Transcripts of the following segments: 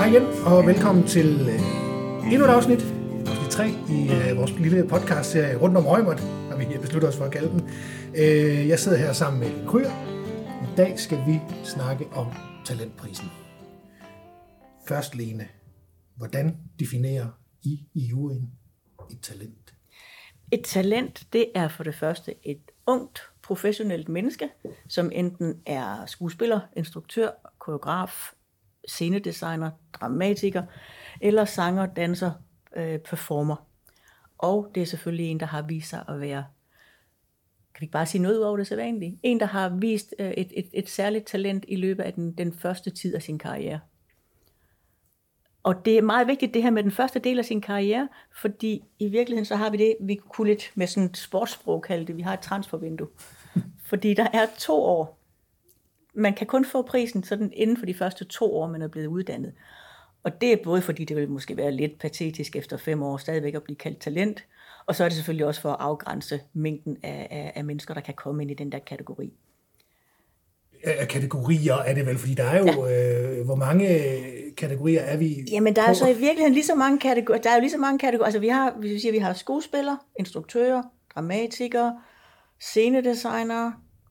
Hej igen, og velkommen til endnu et afsnit 3 i vores lille podcast-serie rundt om Reumert, har vi her besluttet os for at kalde den. Jeg sidder her sammen med Lene Kryger. I dag skal vi snakke om talentprisen. Først, Lene, hvordan definerer I juryen et talent? Et talent, det er for det første et ungt, professionelt menneske, som enten er skuespiller, instruktør, koreograf, scenedesigner, dramatiker, eller sanger, danser, performer. Og det er selvfølgelig en, der har vist sig at være, kan vi ikke bare sige noget ud over det sædvanlige? En, der har vist et særligt talent i løbet af den første tid af sin karriere. Og det er meget vigtigt det her med den første del af sin karriere, fordi i virkeligheden så har vi det, vi kunne lidt med sådan et sportssprog kalde det, vi har et transfervindue. Fordi der er 2 år. Man kan kun få prisen sådan inden for de første 2 år, man er blevet uddannet. Og det er både fordi, det vil måske være lidt patetisk efter 5 år stadigvæk at blive kaldt talent, og så er det selvfølgelig også for at afgrænse mængden af mennesker, der kan komme ind i den der kategori. Kategorier er det vel, fordi der er jo, hvor mange kategorier er vi? Jamen, der er jo så i virkeligheden lige så mange kategorier. Der er jo lige så mange kategorier. Altså, vi har skuespillere, instruktører, dramatikere, scenedesignere,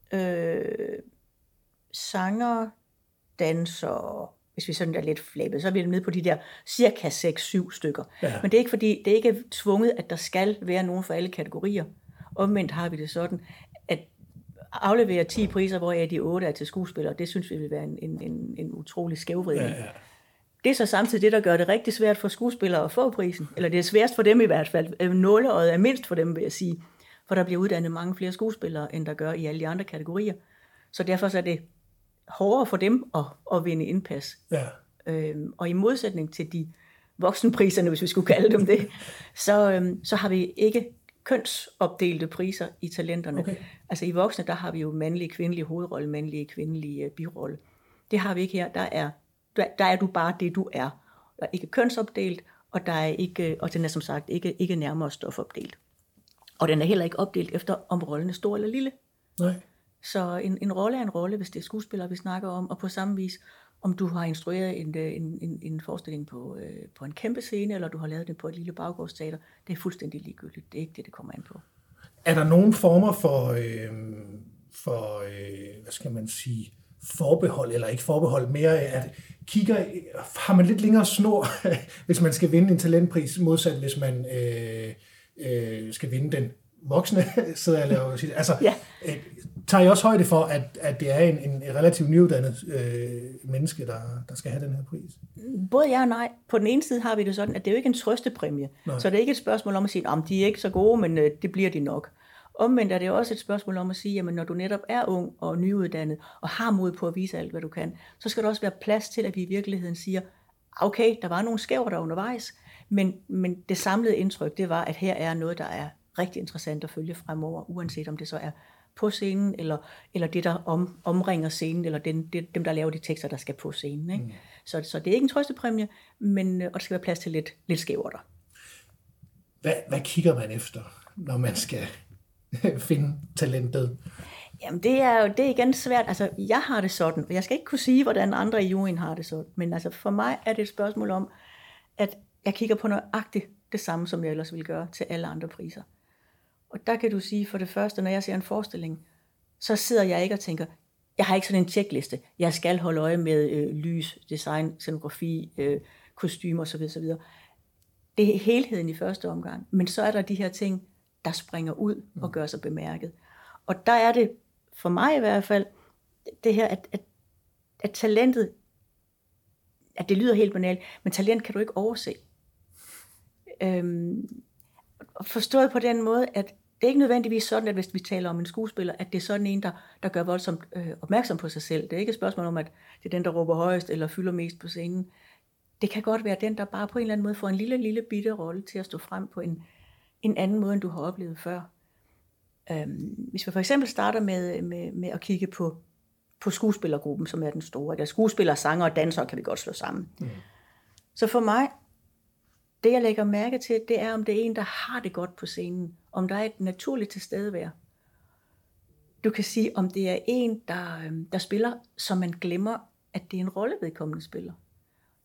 sanger, dansere. Hvis vi sådan er lidt flabet, så er vi nede på de der cirka 6-7 stykker. Ja. Men det er ikke fordi, det er ikke tvunget, at der skal være nogen for alle kategorier. Omvendt har vi det sådan, at aflevere 10 priser, hvor de 8 er til skuespillere, det synes vi vil være en utrolig skævvridning. Ja. Det er så samtidig det, der gør det rigtig svært for skuespillere at få prisen. Eller det er sværest for dem i hvert fald. Nåleøjet er mindst for dem, vil jeg sige. For der bliver uddannet mange flere skuespillere, end der gør i alle de andre kategorier. Så derfor så er det hårdere for dem at vinde indpas. Ja. Og i modsætning til de voksenpriserne, hvis vi skulle kalde dem det, så har vi ikke kønsopdelte priser i talenterne. Okay. Altså i voksne, der har vi jo mandlige, kvindelige hovedrolle, mandlige, kvindelige birolle. Det har vi ikke her. Der er du bare det, du er. Der er ikke kønsopdelt, og der er ikke, og den er som sagt ikke nærmere stofopdelt. Og den er heller ikke opdelt efter, om rollen er stor eller lille. Nej. Så en rolle er en rolle, hvis det er skuespillere, vi snakker om, og på samme vis, om du har instrueret en forestilling på en kæmpe scene, eller du har lavet det på et lille baggårdsteater, det er fuldstændig ligegyldigt. Det er ikke det kommer an på. Er der nogen former for hvad skal man sige, forbehold, eller ikke forbehold, mere at har man lidt længere snor, hvis man skal vinde en talentpris, modsat hvis man skal vinde den voksne, sidder jeg og laver sige. Altså, ja. Tager I også højde for, at det er en relativt nyuddannet menneske, der skal have den her pris? Både ja og nej. På den ene side har vi det sådan, at det er jo ikke en trøstepræmie. Nej. Så det er ikke et spørgsmål om at sige, at de er ikke så gode, men det bliver de nok. Omvendt er det også et spørgsmål om at sige, at når du netop er ung og nyuddannet, og har mod på at vise alt, hvad du kan, så skal der også være plads til, at vi i virkeligheden siger, okay, der var nogle skæver der undervejs, men det samlede indtryk, det var, at her er noget, der er rigtig interessant at følge fremover, uanset om det så er på scenen, eller det, der omringer scenen, eller dem, der laver de tekster, der skal på scenen. Ikke? Så det er ikke en trøstepræmie, og der skal være plads til lidt skæverter. Hvad kigger man efter, når man skal finde talentet? Jamen, det er igen svært. Altså, jeg har det sådan, og jeg skal ikke kunne sige, hvordan andre i juryen har det sådan, men altså, for mig er det et spørgsmål om, at jeg kigger på nøjagtigt det samme, som jeg ellers ville gøre til alle andre priser. Og der kan du sige, for det første, når jeg ser en forestilling, så sidder jeg ikke og tænker, jeg har ikke sådan en tjekliste. Jeg skal holde øje med lys, design, scenografi, kostymer osv. Det er helheden i første omgang. Men så er der de her ting, der springer ud og gør sig bemærket. Og der er det, for mig i hvert fald, det her, at talentet, at det lyder helt banalt, men talent kan du ikke overse. Forstået på den måde, at det er ikke nødvendigvis sådan, at hvis vi taler om en skuespiller, at det er sådan en, der gør voldsomt opmærksom på sig selv. Det er ikke et spørgsmål om, at det er den, der råber højest eller fylder mest på scenen. Det kan godt være den, der bare på en eller anden måde får en lille bitte rolle til at stå frem på en anden måde, end du har oplevet før. Hvis vi for eksempel starter med at kigge på skuespillergruppen, som er den store. Der skuespillere, sanger og dansere kan vi godt slå sammen. Så for mig, det jeg lægger mærke til, det er, om det er en, der har det godt på scenen. Om der er et naturligt tilstedevær. Du kan sige, om det er en, der spiller, så man glemmer, at det er en rolle, vedkommende spiller.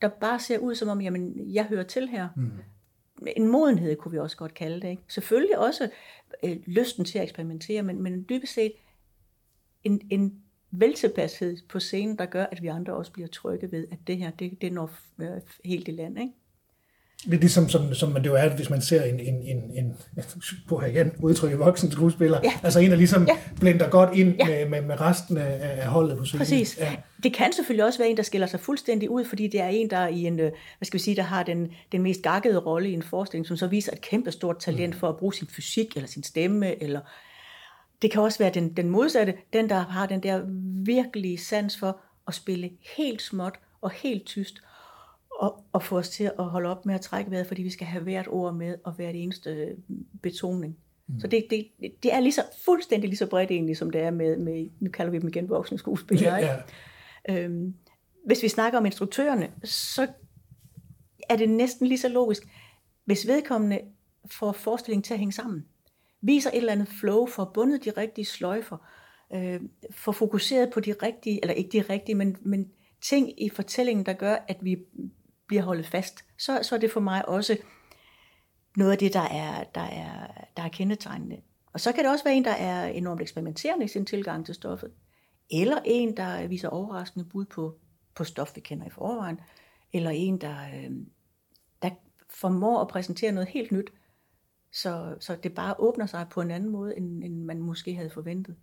der bare ser ud som om, jamen, jeg hører til her. En modenhed kunne vi også godt kalde det. Ikke? Selvfølgelig også lysten til at eksperimentere, men dybest set en veltilpashed på scenen, der gør, at vi andre også bliver trygge ved, at det her, det når helt i land. Ikke? Det er ligesom, som man det jo er, hvis man ser en på her igen, udtrykket voksen skuespiller. Ja. Altså en, der ligesom blender godt ind med resten af holdet på scenen. Præcis. Ja. Det kan selvfølgelig også være en, der skiller sig fuldstændig ud, fordi det er en, der i en, der har den mest gakkede rolle i en forestilling, som så viser et kæmpestort talent for at bruge sin fysik, eller sin stemme, eller det kan også være den modsatte, den der har den der virkelige sans for at spille helt småt og helt tyst, og få os til at holde op med at trække vejret, fordi vi skal have hvert ord med, og hvert eneste betoning. Så det er lige så, fuldstændig lige så bredt egentlig, som det er med nu kalder vi dem igen voksne skuespillere. Ja. Hvis vi snakker om instruktørerne, så er det næsten lige så logisk, hvis vedkommende får forestillingen til at hænge sammen, viser et eller andet flow, får bundet de rigtige sløjfer, får fokuseret på de rigtige, eller ikke de rigtige, men ting i fortællingen, der gør, at vi bliver holdt fast, så er det for mig også noget af det, der er kendetegnende. Og så kan det også være en, der er enormt eksperimenterende i sin tilgang til stoffet, eller en, der viser overraskende bud på stof, vi kender i forvejen, eller en, der formår at præsentere noget helt nyt, så det bare åbner sig på en anden måde, end man måske havde forventet.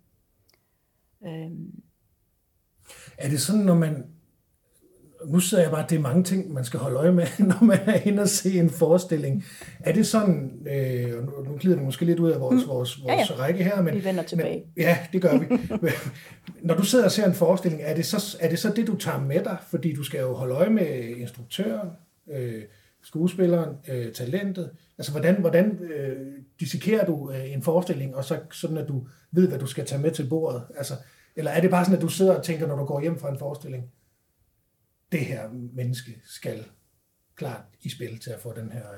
Er det sådan, når man... Nu sidder jeg bare, det er mange ting, man skal holde øje med, når man er inde og se en forestilling. Er det sådan, nu glider det måske lidt ud af vores række her, men... Vi vender tilbage. Ja, det gør vi. Når du sidder og ser en forestilling, er det så det, du tager med dig? Fordi du skal jo holde øje med instruktøren, skuespilleren, talentet. Altså, hvordan dissekerer du en forestilling, og så sådan, at du ved, hvad du skal tage med til bordet? Altså, eller er det bare sådan, at du sidder og tænker, når du går hjem fra en forestilling, det her menneske skal klart i spil til at få den her...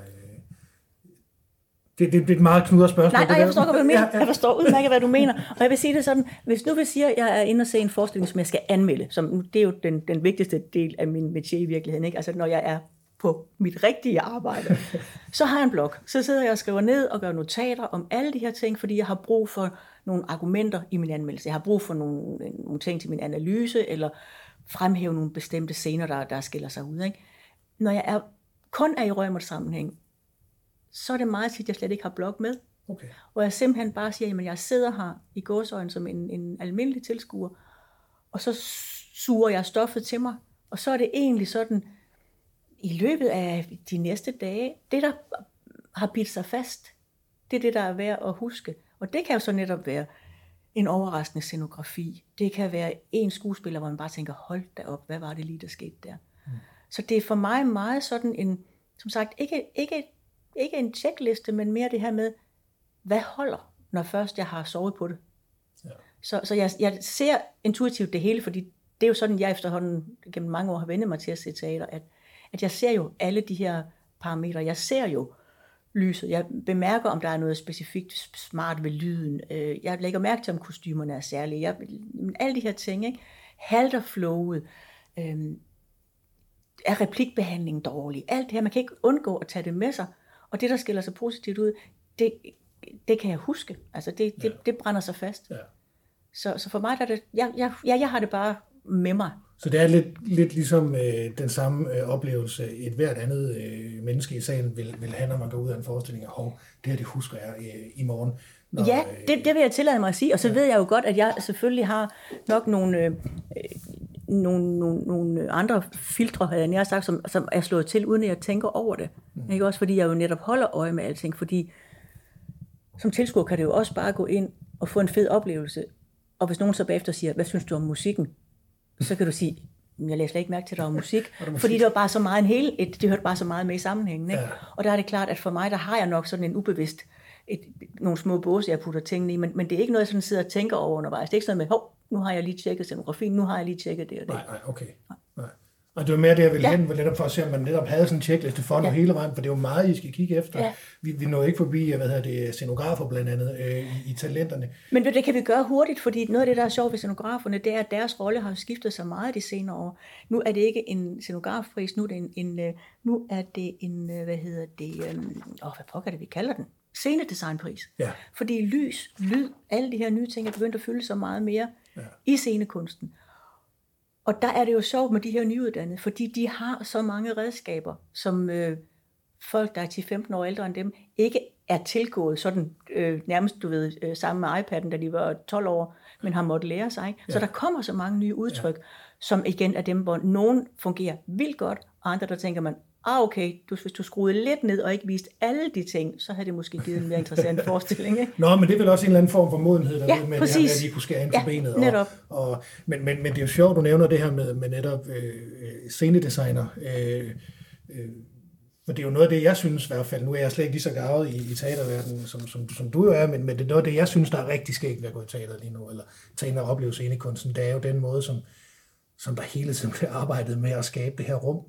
Det er et meget knudret spørgsmål. Nej, jeg forstår godt, hvad du mener. Jeg forstår udmærket, hvad du mener. Og jeg vil sige det sådan, hvis nu vi siger, at jeg er inde og se en forestilling, som jeg skal anmelde, det er jo den vigtigste del af min métier i virkeligheden, ikke? Altså når jeg er på mit rigtige arbejde, så har jeg en blog. Så sidder jeg og skriver ned og gør notater om alle de her ting, fordi jeg har brug for nogle argumenter i min anmeldelse. Jeg har brug for nogle ting til min analyse, eller fremhæve nogle bestemte scener, der skiller sig ud. Ikke? Når jeg kun er i Reumert sammenhæng, så er det meget tit, jeg slet ikke har blog med. Okay. Og jeg simpelthen bare siger, at jeg sidder her i gåseøjne som en almindelig tilskuer, og så suger jeg stoffet til mig. Og så er det egentlig sådan, i løbet af de næste dage, det der har bidt sig fast, det er det, der er værd at huske. Og det kan jo så netop være en overraskende scenografi. Det kan være en skuespiller, hvor man bare tænker, hold da op, hvad var det lige, der skete der? Så det er for mig meget sådan en, som sagt, ikke en checkliste, men mere det her med, hvad holder, når først jeg har sovet på det. Ja. Så jeg ser intuitivt det hele, fordi det er jo sådan, jeg efterhånden gennem mange år har vendt mig til at se teater, at jeg ser jo alle de her parametre. Jeg ser jo lyset. Jeg bemærker, om der er noget specifikt smart ved lyden. Jeg lægger mærke til, om kostymerne er særlige. Alle de her ting, ikke? Halter flowet. Er replikbehandlingen dårlig? Alt det her, man kan ikke undgå at tage det med sig. Og det, der skiller sig positivt ud, det kan jeg huske. Altså, det brænder sig fast. Ja. Så for mig, der er det, jeg har det bare med mig. Så det er lidt ligesom den samme oplevelse, et hvert andet menneske i salen vil have, når man går ud af en forestilling, og det her, det husker jeg i morgen. Ja, det vil jeg tillade mig at sige, og så ved jeg jo godt, at jeg selvfølgelig har nok nogle andre filtre, havde jeg nær sagt, som er slået til, uden at jeg tænker over det. Ikke? Også fordi jeg jo netop holder øje med alting, fordi som tilskuer kan det jo også bare gå ind og få en fed oplevelse, og hvis nogen så bagefter siger, hvad synes du om musikken? Så kan du sige, jeg læser ikke mærke til, at der var musik, fordi det var bare så meget det hørte bare så meget med i sammenhængen. Ikke? Ja. Og der er det klart, at for mig, der har jeg nok sådan en ubevidst, nogle små båse, jeg putter tingene i, men det er ikke noget, jeg sådan sidder og tænker over undervejs. Det er ikke sådan med, nu har jeg lige tjekket scenografien, nu har jeg lige tjekket det og det. Nej, okay. Nej. Og det var mere det, jeg ville hen, netop for at se, om man netop havde sådan en checkliste for noget hele vejen, for det er jo meget, I skal kigge efter. Ja. Vi nåede ikke forbi, scenografer blandt andet i talenterne. Men det kan vi gøre hurtigt, fordi noget af det, der er sjovt ved scenograferne, det er, at deres rolle har skiftet så meget de senere år. Nu er det ikke en scenografpris, nu er det en hvad pokker det, vi kalder den? Scenedesignpris. Ja. Fordi lys, lyd, alle de her nye ting er begyndt at fylde så meget mere i scenekunsten. Og der er det jo sjovt med de her nyuddannede, fordi de har så mange redskaber, som folk, der er 10-15 år ældre end dem, ikke er tilgået sådan nærmest, sammen med iPad'en, da de var 12 år, men har måttet lære sig. Ja. Så der kommer så mange nye udtryk, som igen er dem, hvor nogen fungerer vildt godt, og andre, der tænker man, okay, hvis du skruede lidt ned og ikke viste alle de ting, så havde det måske givet en mere interessant forestilling. Ikke? Nå, men det er vel også en eller anden form for modenhed, der med præcis. Det her, at vi kunne skære ind for benet. Netop. Men det er jo sjovt, du nævner det her med netop scenedesigner. For det er jo noget af det, jeg synes i hvert fald, nu er jeg slet ikke lige så garvet i teaterverdenen, som du jo er, men det er noget af det, jeg synes, der er rigtig skægt ved at gå i teater lige nu, eller tage ind og opleve scenekunsten. Det er jo den måde, som der hele tiden bliver arbejdet med at skabe det her rum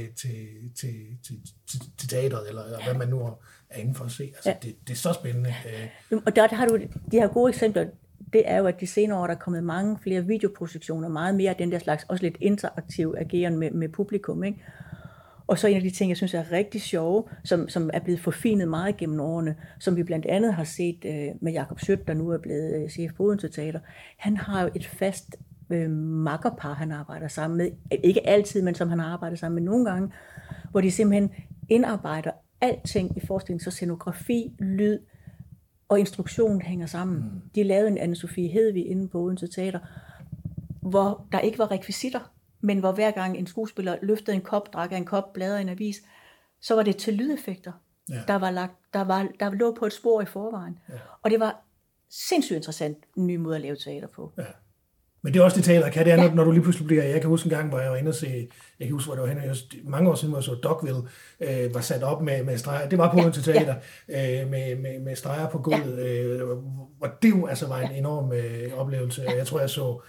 til teateret, eller hvad man nu er inde for at se. Altså, det er så spændende. Og der har du de her gode eksempler. Det er jo, at de senere år, der er kommet mange flere videoprojektioner, meget mere af den der slags, også lidt interaktiv ageren med publikum, ikke? Og så en af de ting, jeg synes er rigtig sjove, som er blevet forfinet meget gennem årene, som vi blandt andet har set med Jakob Schødt, der nu er blevet chef på Odense Teater. Han har jo et fast makkerpar, han arbejder sammen med. Ikke altid, men som han har arbejdet sammen med nogle gange, hvor de simpelthen indarbejder alting i forestillingen, så scenografi, lyd og instruktion hænger sammen. De lavede en Anne-Sophie Hedvig inde på Odense Teater, hvor der ikke var rekvisitter, men hvor hver gang en skuespiller løftede en kop, drak af en kop, bladrede en avis, så var det til lydeffekter, der lå på et spor i forvejen. Ja. Og det var sindssygt interessant en ny måde at lave teater på. Ja. Men det er også det teater, kan det andet, når du lige pludselig bliver... Jeg kan huske en gang, hvor jeg var inde og se... Jeg kan huske, hvor det var henne, mange år siden, hvor jeg så Dogville var sat op med streger. Det var på Odense Teater, med streger på gulvet. Og det jo altså var en enorm oplevelse. Jeg tror, jeg så...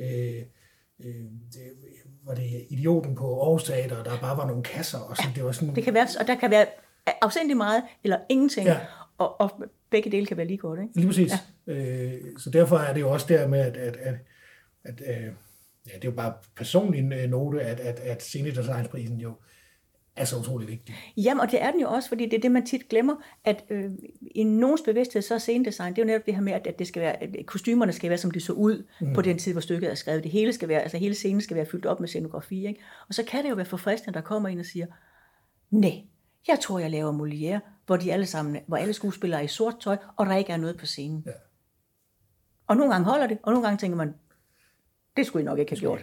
var det Idioten på Aarhus Teater, og der bare var nogle kasser, og sådan, det var sådan... Det kan være, og der kan være afsindig meget, eller ingenting, og begge dele kan være lige godt, ikke? Lige præcis. Ja. Så derfor er det jo også der med, at det er jo bare personlig note, at scenedesignsprisen jo er så utrolig vigtig. Jamen, og det er den jo også, fordi det er det, man tit glemmer, at i nogens bevidsthed, så er scenedesign, det er jo netop det her med, at det skal være, at kostymerne skal være, som de så ud på den tid, hvor stykket er skrevet. Det hele skal være, altså hele scenen skal være fyldt op med scenografi, ikke? Og så kan det jo være forfriskende, der kommer ind og siger, nej, jeg tror, jeg laver Molière, hvor alle skuespillere er i sort tøj, og der ikke er noget på scenen. Ja. Og nogle gange holder det, og nogle gange tænker man, det skulle I nok ikke have gjort.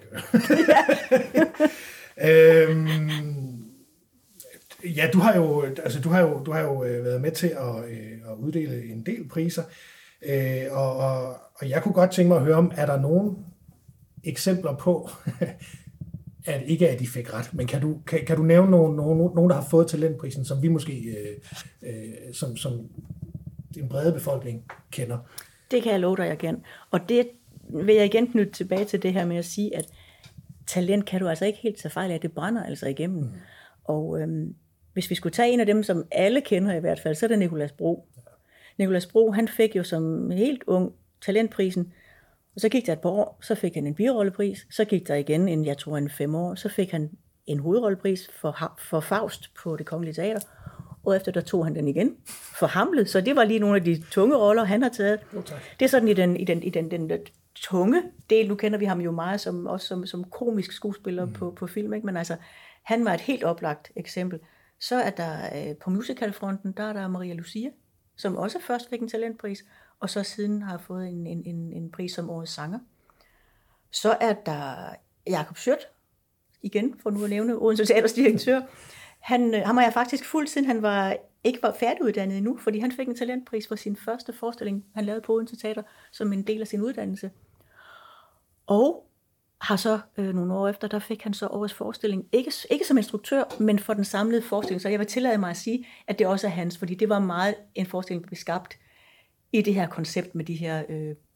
Ja, du har jo været med til at uddele en del priser, og jeg kunne godt tænke mig at høre om, er der nogle eksempler på, at ikke at de fik ret, men kan du nævne nogen, der har fået talentprisen, som vi måske som den brede befolkning kender? Det kan jeg love dig, jeg kan. Og det vil jeg igen knytte tilbage til det her med at sige, at talent kan du altså ikke helt tage fejl af, det brænder altså igennem. Og hvis vi skulle tage en af dem, som alle kender i hvert fald, så er det Nicolas Bro. Ja. Nicolas Bro, han fik jo som helt ung talentprisen, og så gik der et par år, så fik han en birollepris, så gik der igen jeg tror 5 år, så fik han en hovedrollepris for Faust på Det Kongelige Teater, og efter der tog han den igen for Hamlet, så det var lige nogle af de tunge roller, han har taget. Det er sådan i den tunge del, nu kender vi ham jo meget som komisk skuespiller på film, ikke? Men altså, han var et helt oplagt eksempel. Så er der på musicalfronten, der er der Maria Lucia, som også først fik en talentpris, og så siden har fået en pris som årets sanger. Så er der Jakob Schødt, igen for nu at nævne Odense Teaters direktør. Han har jeg faktisk fulgt, siden han ikke var færdiguddannet endnu, fordi han fik en talentpris for sin første forestilling, han lavede på Odense Teater, som en del af sin uddannelse. Og har så nogle år efter, der fik han så årets forestilling, ikke som instruktør, men for den samlede forestilling. Så jeg vil tillade mig at sige, at det også er hans, fordi det var meget en forestilling, der blev skabt i det her koncept med de her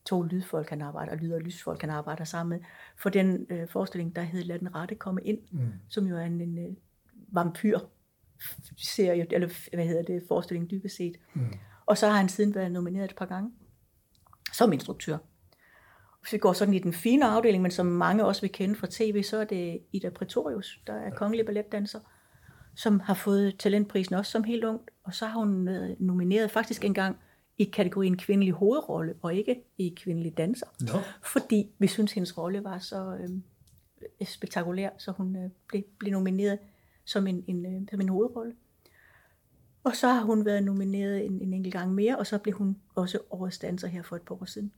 2 lydfolk, han arbejder, lyd- og lysfolk, han arbejder sammen med, for den forestilling, der hed Lad den rette komme ind, som jo er en vampyr-serie, eller forestilling dybest set. Og så har han siden været nomineret et par gange som instruktør. Hvis vi går sådan i den fine afdeling, men som mange også vil kende fra tv, så er det Ida Prætorius, der er kongelig balletdanser, som har fået talentprisen også som helt ung, og så har hun været nomineret faktisk engang i kategorien kvindelig hovedrolle, og ikke i kvindelig danser. No. Fordi vi synes, hendes rolle var så spektakulær, så hun blev nomineret som en hovedrolle. Og så har hun været nomineret en enkelt gang mere, og så blev hun også årets danser her for et par år siden.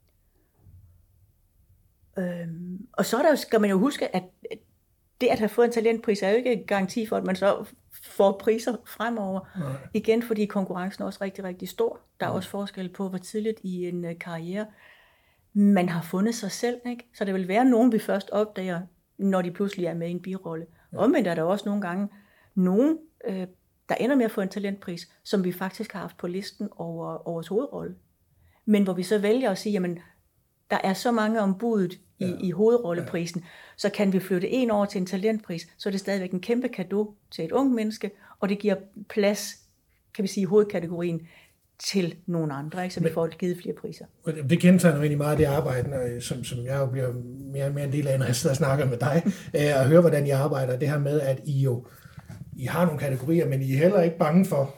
Og så skal man jo huske, at det at have fået en talentpris er jo ikke en garanti for, at man så får priser fremover. Nej. Igen, fordi konkurrencen er også rigtig, rigtig stor. Der er også forskel på, hvor tidligt i en karriere man har fundet sig selv. Ikke? Så det vil være nogen, vi først opdager, når de pludselig er med i en birolle. Ja. Omvendt er der også nogle gange nogen, der ender med at få en talentpris, som vi faktisk har haft på listen over årets hovedrolle. Men hvor vi så vælger at sige, jamen, der er så mange om budet i hovedrolleprisen, så kan vi flytte en over til en talentpris, så er det stadigvæk en kæmpe cadeau til et ung menneske, og det giver plads, kan vi sige, i hovedkategorien til nogle andre, ikke? Så vi får givet flere priser. Det gentager egentlig meget af det arbejde, som jeg jo bliver mere og mere en del af, når jeg sidder og snakker med dig, og hører, hvordan I arbejder. Det her med, at I har nogle kategorier, men I er heller ikke bange for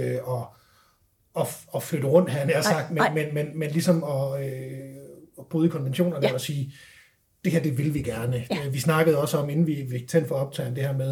at flytte rundt, han har sagt, men ligesom at bryde konventionerne og sige, det her, det vil vi gerne. Ja. Vi snakkede også om, inden vi tændte for optagen, det her med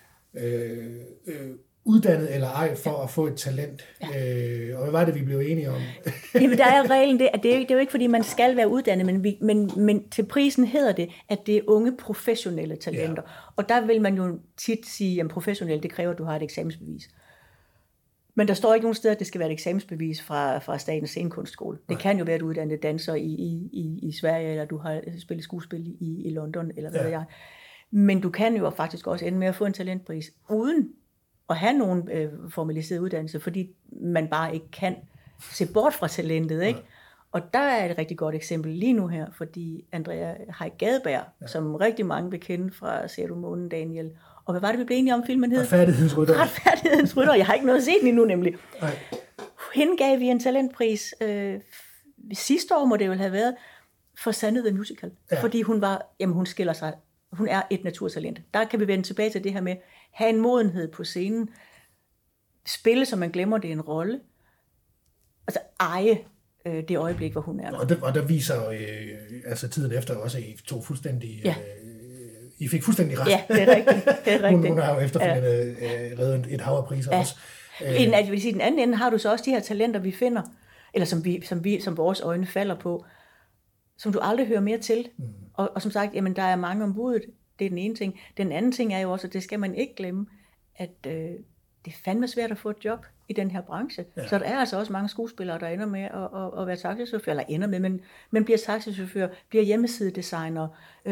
uddannet eller ej for at få et talent. Ja. Og hvad var det, vi blev enige om? Jamen, der er reglen det, at det er jo ikke, fordi man skal være uddannet, men til prisen hedder det, at det er unge professionelle talenter. Ja. Og der vil man jo tit sige, at professionelle, det kræver, at du har et eksamensbevis. Men der står ikke nogen steder, at det skal være et eksamensbevis fra Statens Scenekunstskole. Det kan jo være, at du er uddannet danser i Sverige, eller du har spillet skuespil i London, eller hvad ved jeg. Men du kan jo faktisk også ende med at få en talentpris, uden at have nogen formaliseret uddannelse, fordi man bare ikke kan se bort fra talentet, ikke? Og der er et rigtig godt eksempel lige nu her, fordi Andrea Haik Gadeberg, som rigtig mange vil kende fra Ser du månen, Daniel. Og hvad var det, vi blev enige om, filmen hed? Retfærdighedens rytter. Jeg har ikke noget set den endnu, nemlig. Nej. Hende gav vi en talentpris sidste år, må det vel have været, for Sandet the Musical. Ja. Fordi hun skiller sig. Hun er et naturtalent. Der kan vi vende tilbage til det her med, have en modenhed på scenen, spille, så man glemmer, det er en rolle. Altså eje det øjeblik, hvor hun er. Og der viser altså tiden efter også, at I tog fuldstændig... Ja. I fik fuldstændig ret. Ja, det er rigtigt. Hun har jo efterfølgende reddet et hav af priser også. Jeg vil sige, den anden ende har du så også de her talenter, vi finder, eller som vores øjne falder på, som du aldrig hører mere til. Og som sagt, jamen, der er mange om budet. Det er den ene ting. Den anden ting er jo også, at det skal man ikke glemme, at det er fandme svært at få et job i den her branche. Ja. Så der er altså også mange skuespillere, der ender med at være taxichauffør, eller ender med, men bliver taxichauffør, bliver hjemmesidedesigner,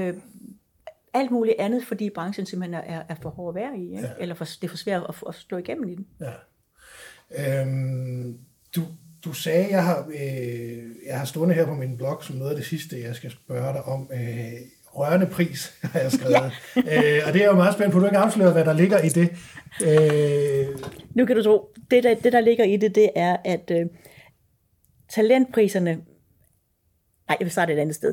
alt muligt andet, fordi branchen simpelthen er for hård at være i, ikke? Eller det er for svært at stå igennem i den. Ja. Du sagde, jeg har stående her på min blog, som noget af det sidste, jeg skal spørge dig om. Rørende pris, har jeg skrevet. Og det er jo meget spændt på, du ikke afslører, hvad der ligger i det. Nu kan du tro, det der ligger i det er, at talentpriserne... Nej, jeg vil starte et andet sted.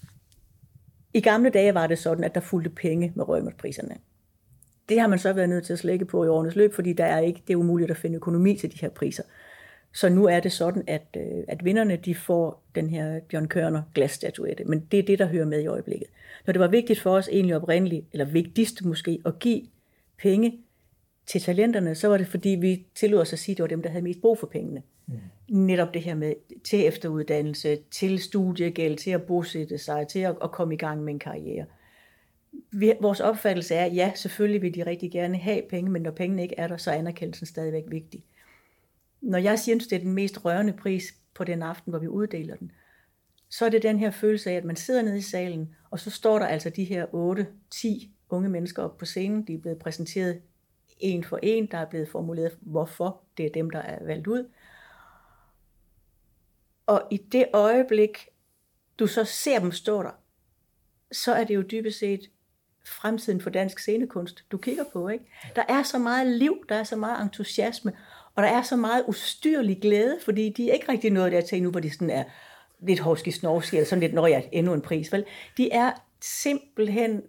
I gamle dage var det sådan, at der fulgte penge med Reumertpriserne. Det har man så været nødt til at slække på i årenes løb, fordi det er umuligt at finde økonomi til de her priser. Så nu er det sådan, at vinderne de får den her Bjørn Kørner glasstatuette, men det er det, der hører med i øjeblikket. Når det var vigtigt for os egentlig oprindeligt, eller vigtigst måske, at give penge til talenterne, så var det fordi, vi tillod os at sige, at det var dem, der havde mest brug for pengene. Netop det her med til efteruddannelse, til studiegæld, til at bosætte sig, til at komme i gang med en karriere. Vores opfattelse er, ja, selvfølgelig vil de rigtig gerne have penge, men når pengene ikke er der, så er anerkendelsen stadigvæk vigtig. Når jeg siger, at det er den mest rørende pris på den aften, hvor vi uddeler den, så er det den her følelse af, at man sidder nede i salen, og så står der altså de her 8-10 unge mennesker op på scenen. De er blevet præsenteret en for en, der er blevet formuleret, hvorfor det er dem, der er valgt ud. Og i det øjeblik, du så ser dem stå der, så er det jo dybest set fremtiden for dansk scenekunst, du kigger på, ikke? Der er så meget liv, der er så meget entusiasme, og der er så meget ustyrlig glæde, fordi de er ikke rigtig noget der til nu, hvor de sådan er lidt hovski-snovski, eller sådan lidt, når jeg endnu en pris, vel? De er simpelthen,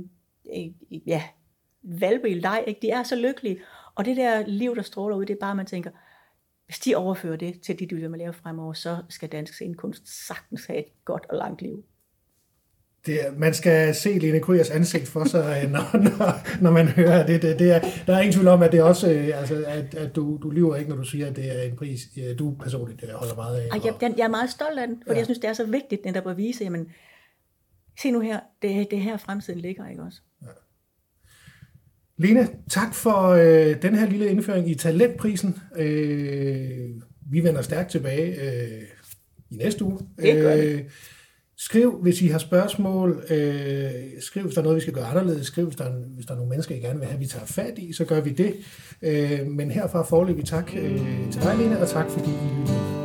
valpe i leg, ikke? De er så lykkelige, og det der liv, der stråler ud, det er bare, man tænker, hvis de overfører det til de dyr, man laver fremover, så skal dansk scenekunst sagtens have et godt og langt liv. Man skal se Lene Krygers ansigt for sig, når man hører det. Der er ingen tvivl om, at det også, at du lyver ikke, når du siger, at det er en pris, du personligt holder meget af. Jeg er meget stolt af den, fordi jeg synes, det er så vigtigt, netop at vise, jamen, se nu her, det er her fremtiden ligger, ikke også? Ja. Lene, tak for den her lille indføring i talentprisen. Vi vender stærkt tilbage i næste uge. Det gør det. Skriv, hvis I har spørgsmål. Skriv, hvis der er noget, vi skal gøre anderledes. Skriv, hvis der er nogle mennesker, I gerne vil have, vi tager fat i, så gør vi det. Men herfra foreløbig tak til dig, Lene, og tak fordi I lyttede.